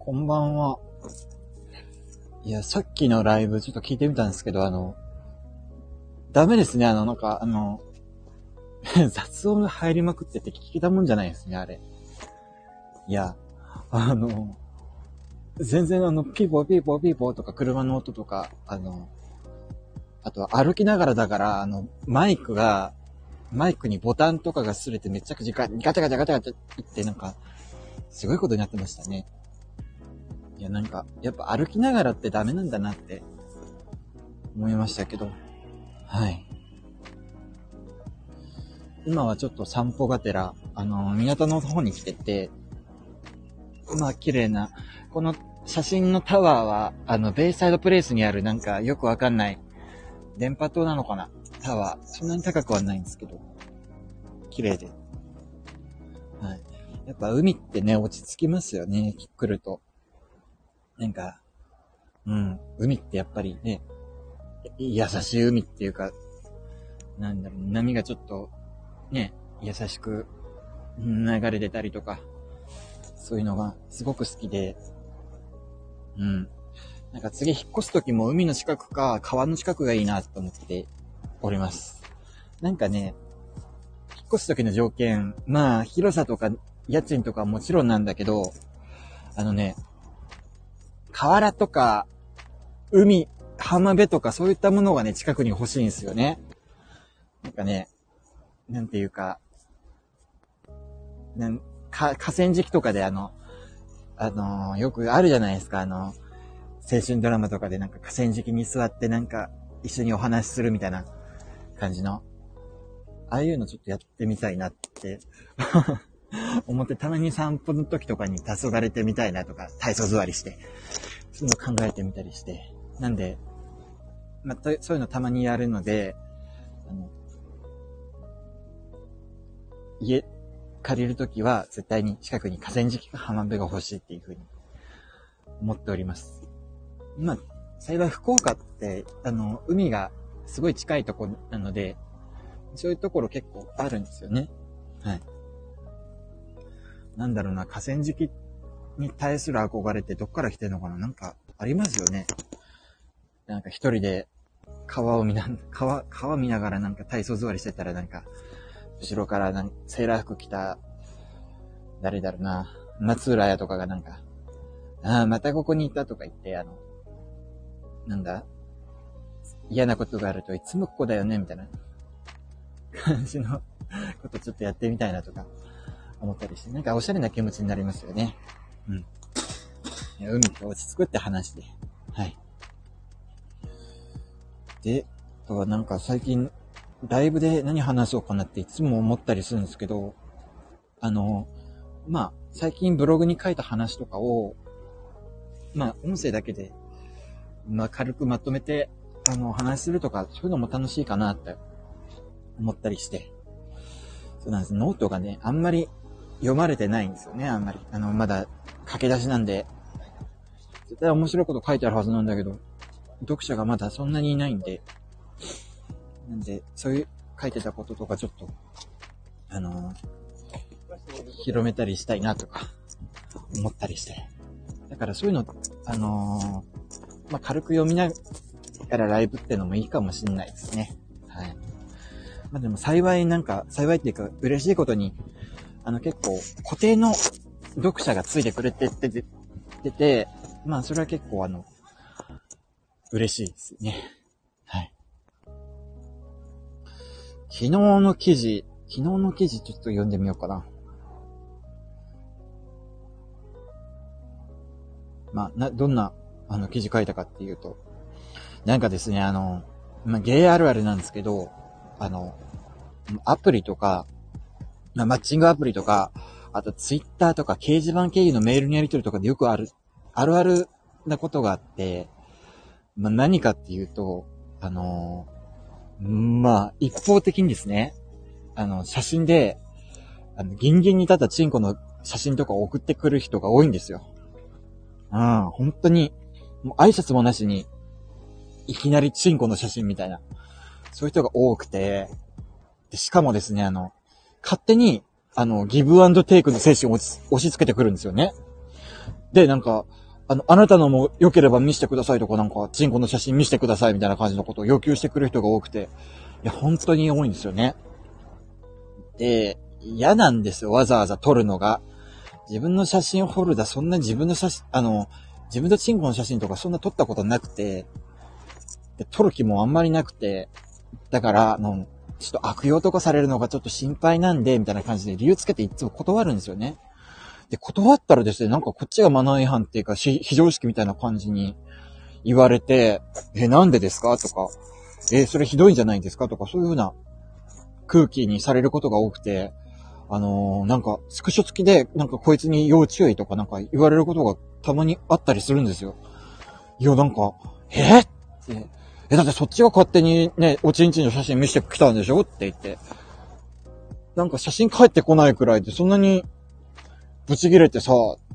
こんばんは。いや、さっきのライブちょっと聞いてみたんですけど、ダメですね。雑音が入りまくってて聞けたもんじゃないですね、あれ。いや、全然ピーポーピーポーピーポーとか車の音とか、あとは歩きながらだから、マイクにボタンとかが擦れてめちゃくちゃガチャガチャガチャガチャってなんか、すごいことになってましたね。いや、なんか、やっぱ歩きながらってダメなんだなって思いましたけど。はい。今はちょっと散歩がてら、港の方に来てて、綺麗な、この写真のタワーは、ベイサイドプレイスにあるなんかよくわかんない、電波塔なのかなタワー。そんなに高くはないんですけど、綺麗で。はい。やっぱ海ってね、落ち着きますよね、来ると。なんか、海ってやっぱりね、優しい海っていうか、なんだろう、波がちょっと、ね、優しく流れ出たりとか、そういうのがすごく好きで、なんか次引っ越すときも海の近くか川の近くがいいなと思っております。なんかね、引っ越すときの条件、広さとか家賃とかはもちろんなんだけど、河原とか、海、浜辺とかそういったものがね、近くに欲しいんですよね。なんかね、なんていうか、河川敷とかでよくあるじゃないですか、青春ドラマとかでなんか河川敷に座ってなんか一緒にお話しするみたいな感じの、ああいうのちょっとやってみたいなって思って、たまに散歩の時とかに黄昏てみたいなとか、体操座りして、そういうの考えてみたりして、なんで、そういうのたまにやるので、家借りるときは絶対に近くに河川敷か浜辺が欲しいっていう風に思っております。幸い福岡って海がすごい近いところなので、そういうところ結構あるんですよね。はい。なんだろうな、河川敷に対する憧れってどっから来てるのかな、なんかありますよね。なんか一人で川見ながらなんか体操座りしてたらなんか、後ろからセーラー服着た、誰だろうな、松浦屋とかがなんか、またここにいたとか言って、嫌なことがあるといつもここだよね、みたいな感じのことちょっとやってみたいなとか思ったりして、なんかおしゃれな気持ちになりますよね。いや、海って落ち着くって話で。はい。で、あとはなんか最近、ライブで何話そうかなっていつも思ったりするんですけど、最近ブログに書いた話とかを、音声だけで、軽くまとめて、話するとか、そういうのも楽しいかなって思ったりして。そうなんです。ノートがね、あんまり読まれてないんですよね、あんまり。まだ駆け出しなんで、絶対面白いこと書いてあるはずなんだけど、読者がまだそんなにいないんで、なんで、そういう書いてたこととかちょっと、広めたりしたいなとか、思ったりして。だからそういうの、軽く読みながらライブってのもいいかもしれないですね。はい。でも幸いっていうか嬉しいことに、結構固定の読者がついてくれてて、それは結構嬉しいですね。はい。昨日の記事ちょっと読んでみようかな。どんな、記事書いたかっていうと、なんかですね、ゲイあるあるなんですけど、アプリとか、マッチングアプリとか、あとツイッターとか掲示板経由のメールのやり取りとかでよくあるあるなことがあって、何かっていうと、一方的にですね、写真で、ギンギンに立ったチンコの写真とかを送ってくる人が多いんですよ。本当に、もう挨拶もなしに、いきなりチンコの写真みたいな、そういう人が多くて、でしかもですね、勝手に、ギブアンドテイクの精神を押し付けてくるんですよね。 で、なんか、あなたのも良ければ見せてくださいとか、なんか、チンコの写真見せてくださいみたいな感じのことを要求してくる人が多くて、いや、本当に多いんですよね。で、嫌なんですよ、わざわざ撮るのが。自分の写真を撮るだ、そんな自分の写真、自分のチンコの写真とかそんな撮ったことなくて、で撮る気もあんまりなくて、だから、ちょっと悪用とかされるのがちょっと心配なんで、みたいな感じで理由つけていつも断るんですよね。で、断ったらですね、なんかこっちがマナー違反っていうか、非常識みたいな感じに言われて、なんでですかとか、それひどいんじゃないですかとか、そういう風な空気にされることが多くて、なんか、スクショ付きで、なんかこいつに要注意とかなんか言われることがたまにあったりするんですよ。いや、なんか、って、だってそっちが勝手にね、おちんちんの写真見せてきたんでしょって言って。なんか写真返ってこないくらいで、そんなに、ブチ切れてさ、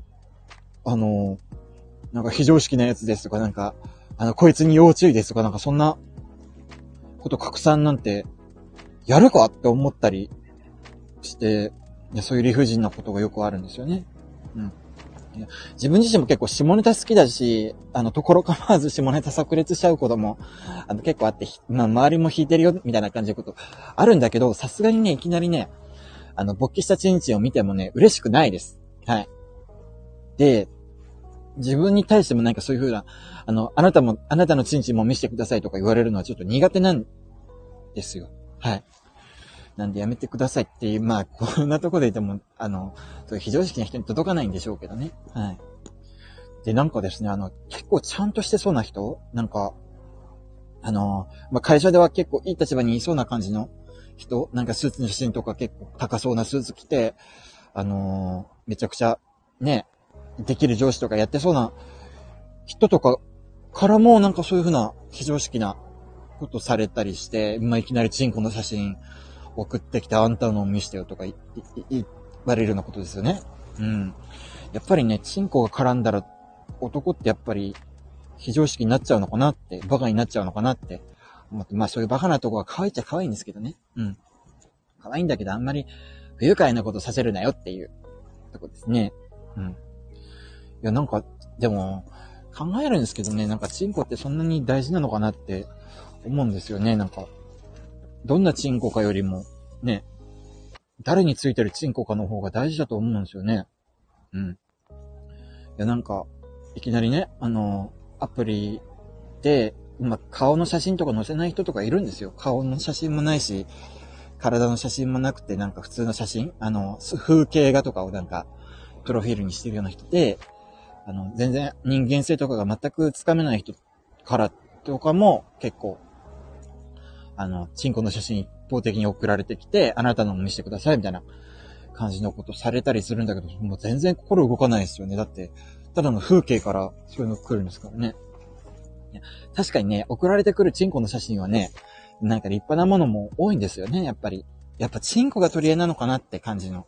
なんか非常識なやつですとか、なんか、こいつに要注意ですとか、なんかそんなこと拡散なんて、やるかって思ったりして、いやそういう理不尽なことがよくあるんですよね。うん。自分自身も結構下ネタ好きだし、ところ構わず下ネタ炸裂しちゃうことも、結構あって、周りも弾いてるよ、みたいな感じのことあるんだけど、さすがにね、いきなりね、勃起したチンチンを見てもね、嬉しくないです。はい。で、自分に対してもなんかそういう風な、あなたのチンチンも見せてくださいとか言われるのはちょっと苦手なんですよ。はい。なんでやめてくださいっていう、まあ、こんなとこで言っても、そういう非常識な人に届かないんでしょうけどね。はい。で、なんかですね、結構ちゃんとしてそうな人なんか、まあ、会社では結構いい立場にいそうな感じの人なんかスーツの写真とか結構高そうなスーツ着て、めちゃくちゃ、ね、できる上司とかやってそうな人とかからもなんかそういう風な非常識なことされたりして、まあ、いきなりチンコの写真送ってきてあんたの見してよとか言われるようなことですよね。うん。やっぱりね、チンコが絡んだら男ってやっぱり非常識になっちゃうのかなって、バカになっちゃうのかなって思って、まあそういうバカなとこが可愛いっちゃ可愛いんですけどね。うん。可愛いんだけどあんまり不愉快なことさせるなよっていうとこですね。うん。いやなんか、でも、考えるんですけどね、なんかチンコってそんなに大事なのかなって思うんですよね、なんか。どんなチンコかよりも、ね、誰についてるチンコかの方が大事だと思うんですよね。うん。いやなんか、いきなりね、アプリで、顔の写真とか載せない人とかいるんですよ。顔の写真もないし、体の写真もなくて、なんか普通の写真風景画とかをなんか、プロフィールにしてるような人で、全然人間性とかが全くつかめない人からとかも結構、チンコの写真一方的に送られてきて、あなたのも見せてくださいみたいな感じのことされたりするんだけど、もう全然心動かないですよね。だって、ただの風景からそういうの来るんですからね。いや確かにね、送られてくるチンコの写真はね、なんか立派なものも多いんですよね、やっぱり。やっぱチンコが取り柄なのかなって感じの。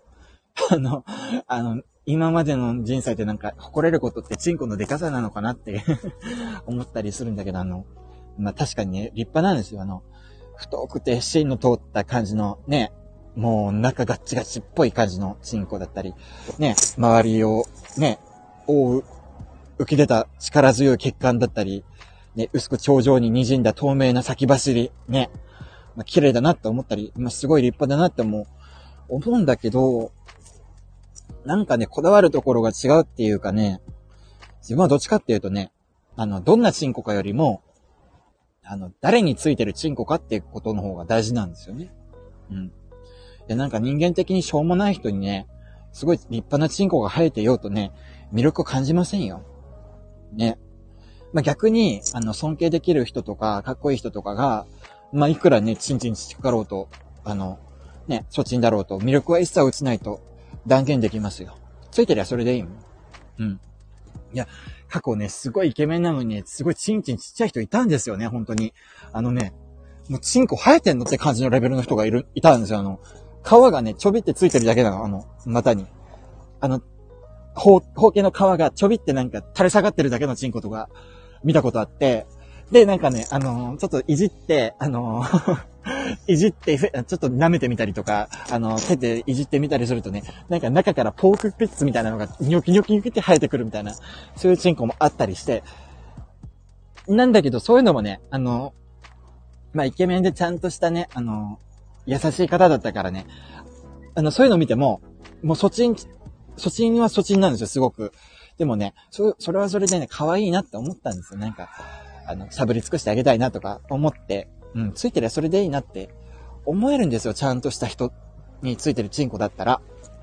今までの人生ってなんか誇れることってチンコのデカさなのかなって思ったりするんだけど、まあ、確かにね、立派なんですよ。太くて芯の通った感じのね、もう中ガッチガチっぽい感じのチンコだったり、ね、周りをね、覆う、浮き出た力強い血管だったり、ね、薄く頂上に滲んだ透明な先走り、ね、まあ、綺麗だなって思ったり、まあ、すごい立派だなって思うんだけど、なんかね、こだわるところが違うっていうかね、自分はどっちかっていうとね、どんなチンコかよりも、誰についてるチンコかっていうことの方が大事なんですよね。うん。で、なんか人間的にしょうもない人にね、すごい立派なチンコが生えてようとね、魅力を感じませんよ。ね。まあ、逆に、尊敬できる人とか、かっこいい人とかが、まあ、いくらね、チンチンちかろうと、ね、そちんだろうと、魅力は一切落ちないと断言できますよ。ついてりゃそれでいいもん。うん。いや、過去ね、すごいイケメンなのにね、すごいチンチンちっちゃい人いたんですよね、本当に。もうチンコ生えてんのって感じのレベルの人がいたんですよ。皮がね、ちょびってついてるだけなの、股に。包茎の皮がちょびってなんか垂れ下がってるだけのチンコとか見たことあって、 で、なんかね、ちょっといじって、いじって、ちょっと舐めてみたりとか、手でいじってみたりするとね、なんか中からポークピッツみたいなのがニョキニョキニョキって生えてくるみたいな、そういうチンコもあったりして、なんだけど、そういうのもね、まあ、イケメンでちゃんとしたね、優しい方だったからね、そういうのを見ても、もうそちんはそちんなんですよ、すごく。でもね、それはそれでね、可愛いなって思ったんですよ。なんか、しゃぶり尽くしてあげたいなとか思って、ついてりゃそれでいいなって思えるんですよ、ちゃんとした人についてるチンコだったら。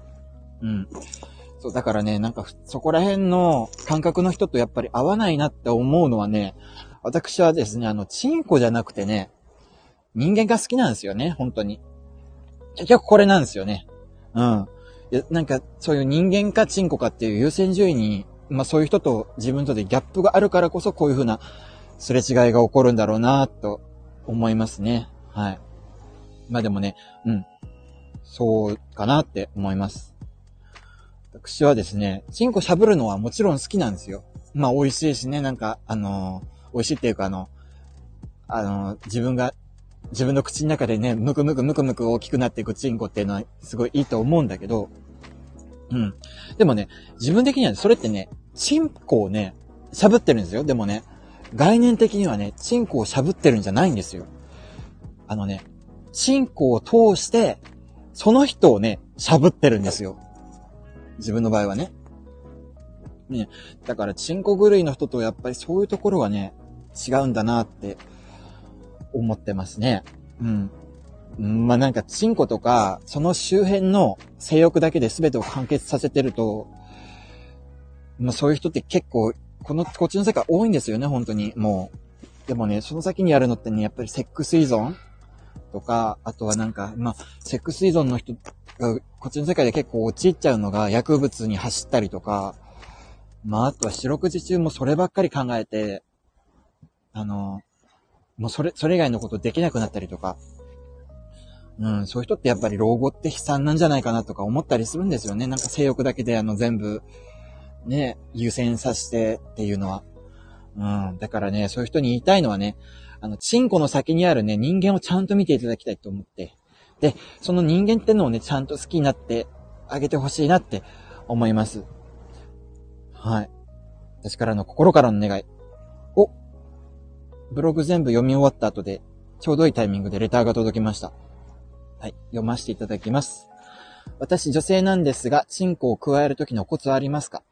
そう、だからね、なんか、そこら辺の感覚の人とやっぱり合わないなって思うのはね、私はですね、チンコじゃなくてね、人間が好きなんですよね、本当に。結局これなんですよね。なんか、そういう人間かチンコかっていう優先順位に、まあそういう人と自分とでギャップがあるからこそこういう風なすれ違いが起こるんだろうなと思いますね。はい。まあでもね、そうかなって思います。私はですね、チンコしゃぶるのはもちろん好きなんですよ。まあ美味しいしね、なんか、美味しいっていうか自分の口の中でね、むくむく大きくなっていくチンコっていうのはすごいいいと思うんだけど、でもね、自分的にはそれってね、チンコをね、しゃぶってるんですよ。でもね、概念的にはね、チンコをしゃぶってるんじゃないんですよ。チンコを通して、その人をね、しゃぶってるんですよ。自分の場合はね。ね、だからチンコ狂いの人とやっぱりそういうところはね、違うんだなって思ってますね。まあ、なんかチンコとか、その周辺の性欲だけで全てを完結させてると、まあそういう人って結構、こっちの世界多いんですよね、本当に。もう。でもね、その先にやるのってね、やっぱりセックス依存とか、あとはなんか、まあ、セックス依存の人が、こっちの世界で結構陥っちゃうのが、薬物に走ったりとか、まあ、あとは四六時中もそればっかり考えて、もうそれ以外のことできなくなったりとか、そういう人ってやっぱり老後って悲惨なんじゃないかなとか思ったりするんですよね。なんか性欲だけで全部、ね、優先させてっていうのは。だからね、そういう人に言いたいのはね、チンコの先にあるね、人間をちゃんと見ていただきたいと思って。で、その人間ってのをね、ちゃんと好きになってあげてほしいなって思います。はい。私からの心からの願い。ブログ全部読み終わった後で、ちょうどいいタイミングでレターが届きました。はい。読ませていただきます。私、女性なんですが、チンコを加えるときのコツはありますか？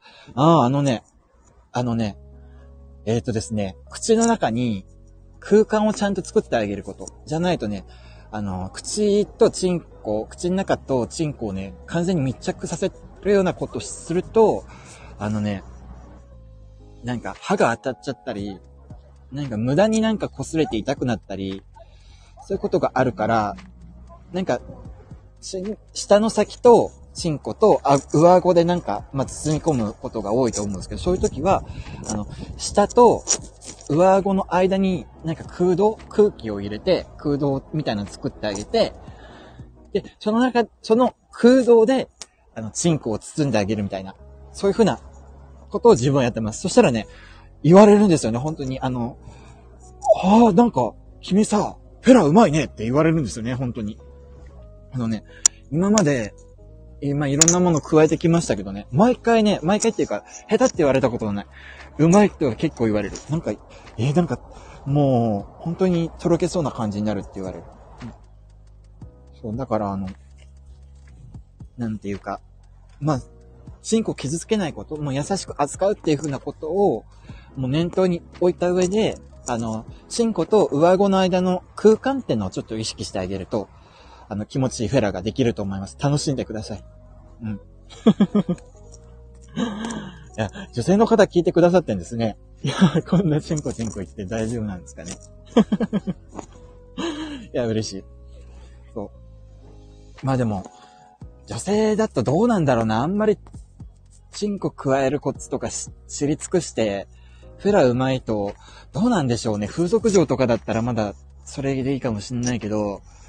ですね、口の中に空間をちゃんと作ってあげること。じゃないとね、口の中とチンコをね、完全に密着させるようなことをすると、なんか歯が当たっちゃったり、なんか無駄になんか擦れて痛くなったり、そういうことがあるから、なんか、下の先と、チンコと、上顎でなんか、包み込むことが多いと思うんですけど、そういう時は、下と上顎の間になんか空気を入れて、空洞みたいなの作ってあげて、で、その空洞で、チンコを包んであげるみたいな、そういう風なことを自分はやってます。そしたらね、言われるんですよね、本当に。なんか、君さ、フェラうまいねって言われるんですよね、本当に。今まで、いろんなもの加えてきましたけどね、毎回っていうか、下手って言われたことのない。うまいっては結構言われる。なんか、もう、本当にとろけそうな感じになるって言われる。そう、だからなんていうか、チンコ傷つけないこと、もう優しく扱うっていう風なことを、もう念頭に置いた上で、チンコと上顎の間の空間っていうのをちょっと意識してあげると、気持ちいいフェラができると思います。楽しんでください。いや、女性の方聞いてくださってんですね。いや、こんなチンコ言って大丈夫なんですかね。いや、嬉しい。そう。でも、女性だとどうなんだろうな。あんまり、チンコ加えるコツとか知り尽くして、フェラうまいと、どうなんでしょうね。風俗嬢とかだったらまだ、それでいいかもしんないけど、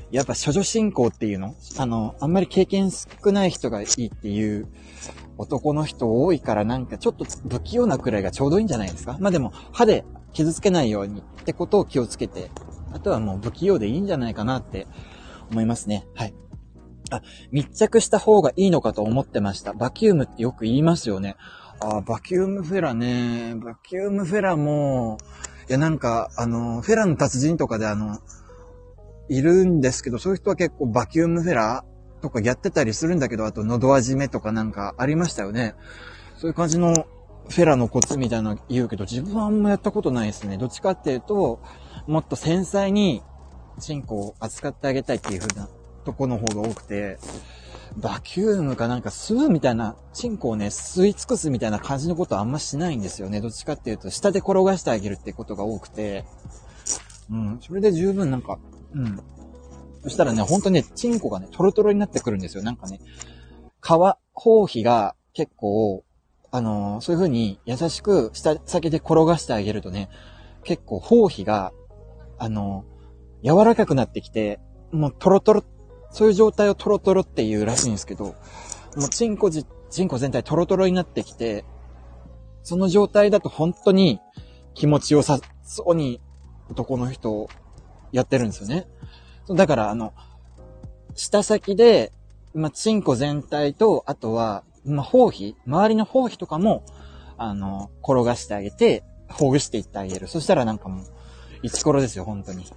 やっぱ処女信仰っていうのあんまり経験少ない人がいいっていう男の人多いからなんかちょっと不器用なくらいがちょうどいいんじゃないですか。まあでも歯で傷つけないようにってことを気をつけて、あとはもう不器用でいいんじゃないかなって思いますね。はい。密着した方がいいのかと思ってました。バキュームってよく言いますよね。バキュームフェラね。バキュームフェラも、いやなんか、フェラの達人とかでいるんですけど、そういう人は結構バキュームフェラとかやってたりするんだけど、あと喉味めとかなんかありましたよね。そういう感じのフェラのコツみたいなの言うけど、自分はあんまやったことないですね。どっちかっていうと、もっと繊細にチンコを扱ってあげたいっていう風なとこの方が多くて、バキュームかなんか吸うみたいな、チンコをね、吸い尽くすみたいな感じのことはあんましないんですよね。どっちかっていうと、下で転がしてあげるってことが多くて、それで十分なんか、そしたらね、ほんとね、チンコがね、トロトロになってくるんですよ。なんかね、包皮が結構、そういう風に優しく下先で転がしてあげるとね、結構包皮が、柔らかくなってきて、もうトロトロ、そういう状態をトロトロっていうらしいんですけど、もうチンコ全体トロトロになってきて、その状態だと本当に気持ちよさそうに男の人をやってるんですよね。だから下先で、チンコ全体と、あとは、周りの包皮とかも、転がしてあげて、ほぐしていってあげる。そしたらなんかもう、イチコロですよ、本当に。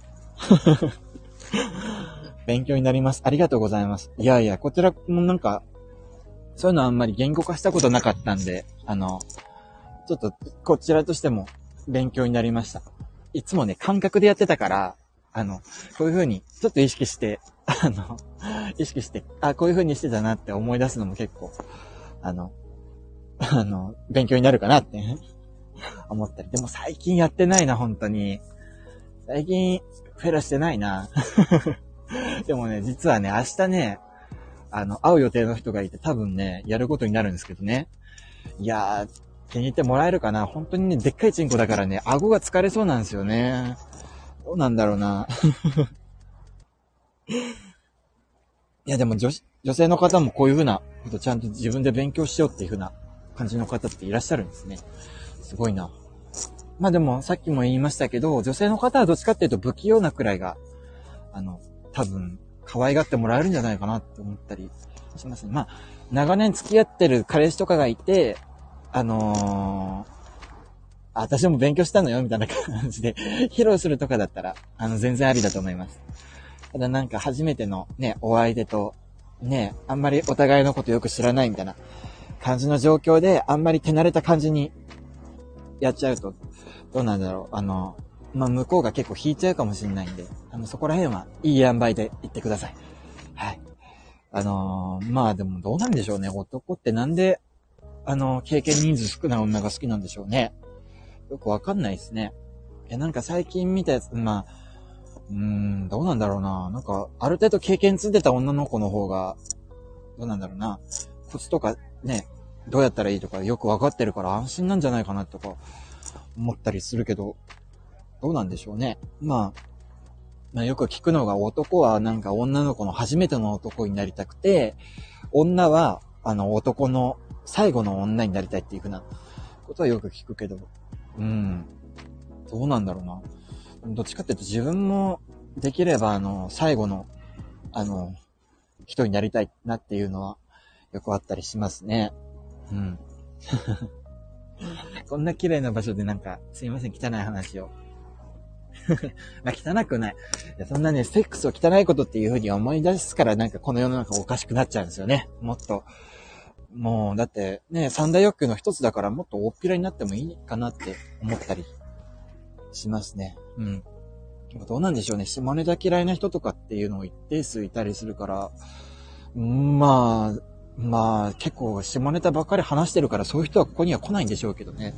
勉強になります。ありがとうございます。いやいや、こちらもなんか、そういうのあんまり言語化したことなかったんで、ちょっと、こちらとしても勉強になりました。いつもね、感覚でやってたから、こういう風に、ちょっと意識して、こういう風にしてたなって思い出すのも結構、勉強になるかなって思ったり。でも最近やってないな、本当に。最近、フェラしてないな。でもね、実はね、明日ね、会う予定の人がいて多分ね、やることになるんですけどね。いやー、気に入ってもらえるかな。本当にね、でっかいチンコだからね、顎が疲れそうなんですよね。どうなんだろうな。いやでも女性の方もこういう風なことちゃんと自分で勉強しようっていう風な感じの方っていらっしゃるんですね。すごいな。まあでもさっきも言いましたけど、女性の方はどっちかっていうと不器用なくらいが、多分可愛がってもらえるんじゃないかなって思ったりしますね。まあ、長年付き合ってる彼氏とかがいて、私も勉強したのよみたいな感じで披露するとかだったら、全然ありだと思います。ただなんか初めてのね、お相手と、ね、あんまりお互いのことよく知らないみたいな感じの状況で、あんまり手慣れた感じにやっちゃうと、どうなんだろう。向こうが結構引いちゃうかもしれないんで、そこら辺はいい塩梅で言ってください。はい。でもどうなんでしょうね。男ってなんで、経験人数少ない女が好きなんでしょうね。よくわかんないですね。なんか最近見たやつ、どうなんだろうな。なんか、ある程度経験積んでた女の子の方が、どうなんだろうな。コツとかね、どうやったらいいとかよくわかってるから安心なんじゃないかなとか思ったりするけど、どうなんでしょうね。よく聞くのが男はなんか女の子の初めての男になりたくて、女は男の最後の女になりたいっていう風なことはよく聞くけど、どうなんだろうな。どっちかっていうと自分もできれば最後の人になりたいなっていうのはよくあったりしますね。こんな綺麗な場所でなんかすいません、汚い話を。汚くない。そんなね、セックスを汚いことっていう風に思い出すからなんかこの世の中おかしくなっちゃうんですよね。もっと。もう、だってね、三大欲求の一つだからもっと大っぴらになってもいいかなって思ったりしますね。どうなんでしょうね。下ネタ嫌いな人とかっていうのを一定数いたりするから、結構下ネタばっかり話してるからそういう人はここには来ないんでしょうけどね。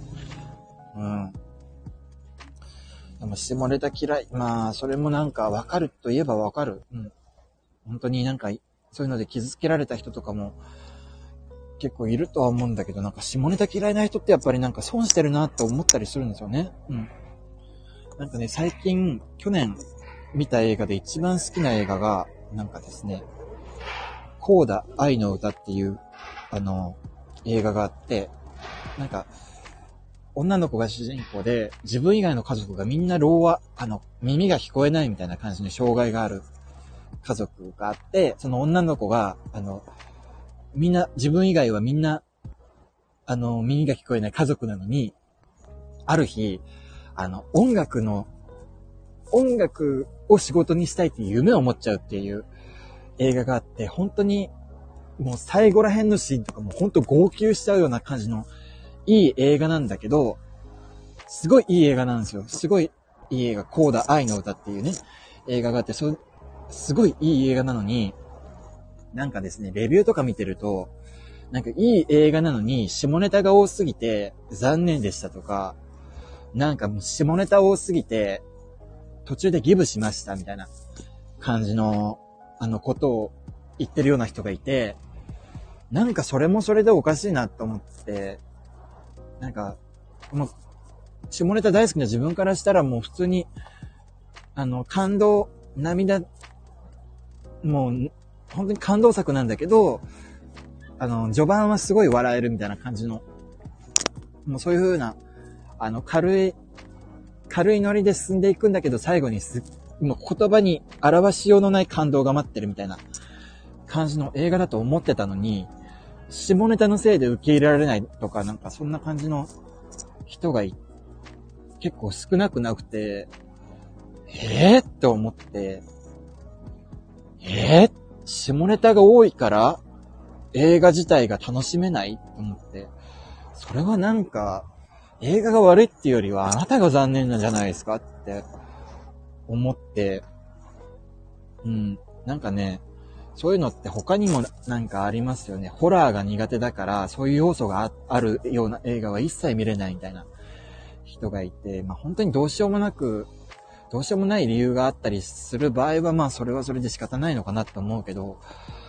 でも下ネタ嫌い。それもなんかわかるといえばわかる。本当になんか、そういうので傷つけられた人とかも結構いるとは思うんだけど、なんか下ネタ嫌いな人ってやっぱりなんか損してるなって思ったりするんですよね。なんかね、最近、去年見た映画で一番好きな映画が、なんかですね、コーダ愛の歌っていう、映画があって、なんか、女の子が主人公で、自分以外の家族がみんなろう耳が聞こえないみたいな感じの障害がある家族があって、その女の子が、みんな、自分以外はみんな、耳が聞こえない家族なのに、ある日、音楽を仕事にしたいっていう夢を持っちゃうっていう映画があって、本当に、もう最後ら辺のシーンとかも本当号泣しちゃうような感じのいい映画なんだけど、すごいいい映画なんですよ。すごいいい映画、コーダ愛の歌っていうね、映画があって、すごいいい映画なのに、なんかですね、レビューとか見てると、なんかいい映画なのに下ネタが多すぎて残念でしたとか、なんかもう下ネタ多すぎて途中でギブしましたみたいな感じのことを言ってるような人がいて、なんかそれもそれでおかしいなと思って、なんかもう下ネタ大好きな自分からしたらもう普通に感動、涙、もう本当に感動作なんだけど、序盤はすごい笑えるみたいな感じの、もうそういう風な軽いノリで進んでいくんだけど、最後にもう言葉に表しようのない感動が待ってるみたいな感じの映画だと思ってたのに、下ネタのせいで受け入れられないとか、なんかそんな感じの人が結構少なくなくて、って思って、下ネタが多いから映画自体が楽しめないと思って、それはなんか映画が悪いっていうよりはあなたが残念なんじゃないですかって思って、なんかね、そういうのって他にもなんかありますよね。ホラーが苦手だからそういう要素があるような映画は一切見れないみたいな人がいて、本当にどうしようもない理由があったりする場合はそれはそれで仕方ないのかなと思うけど、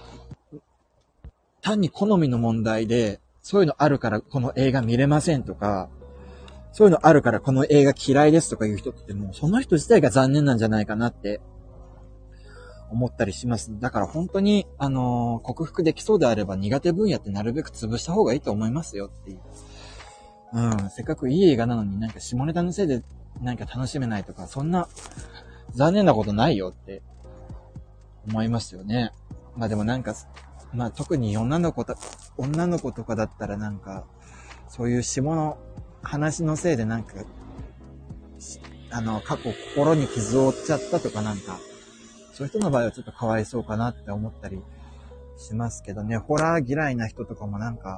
単に好みの問題でそういうのあるからこの映画見れませんとか、そういうのあるからこの映画嫌いですとかいう人ってもうその人自体が残念なんじゃないかなって思ったりします。だから本当に克服できそうであれば苦手分野ってなるべく潰した方がいいと思いますよっていう。せっかくいい映画なのになんか下ネタのせいでなんか楽しめないとか、そんな残念なことないよって思いますよね。でもなんか、特に女の子とかだったらなんか、そういう下の話のせいでなんか、過去心に傷を負っちゃったとかなんか、そういう人の場合はちょっとかわいそうかなって思ったりしますけどね。ホラー嫌いな人とかもなんか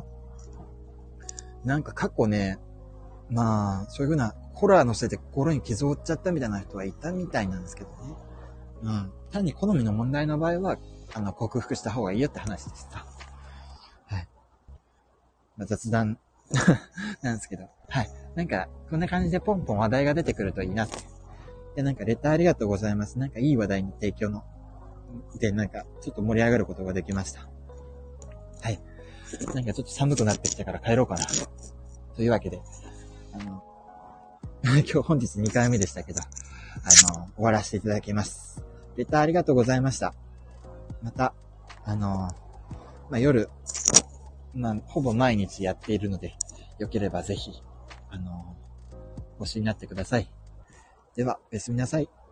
過去ね、そういう風なホラーのせいで心に傷を負っちゃったみたいな人はいたみたいなんですけどね。単に好みの問題の場合は、克服した方がいいよって話でした。はい。雑談なんですけど。はい。なんか、こんな感じでポンポン話題が出てくるといいなって。で、なんかレターありがとうございます。なんかいい話題の提供の。で、なんか、ちょっと盛り上がることができました。はい。なんかちょっと寒くなってきたから帰ろうかな。というわけで、今日本日2回目でしたけど、終わらせていただきます。レターありがとうございました。また、夜、ほぼ毎日やっているので、よければぜひ、ご視聴になってください。では、おやすみなさい。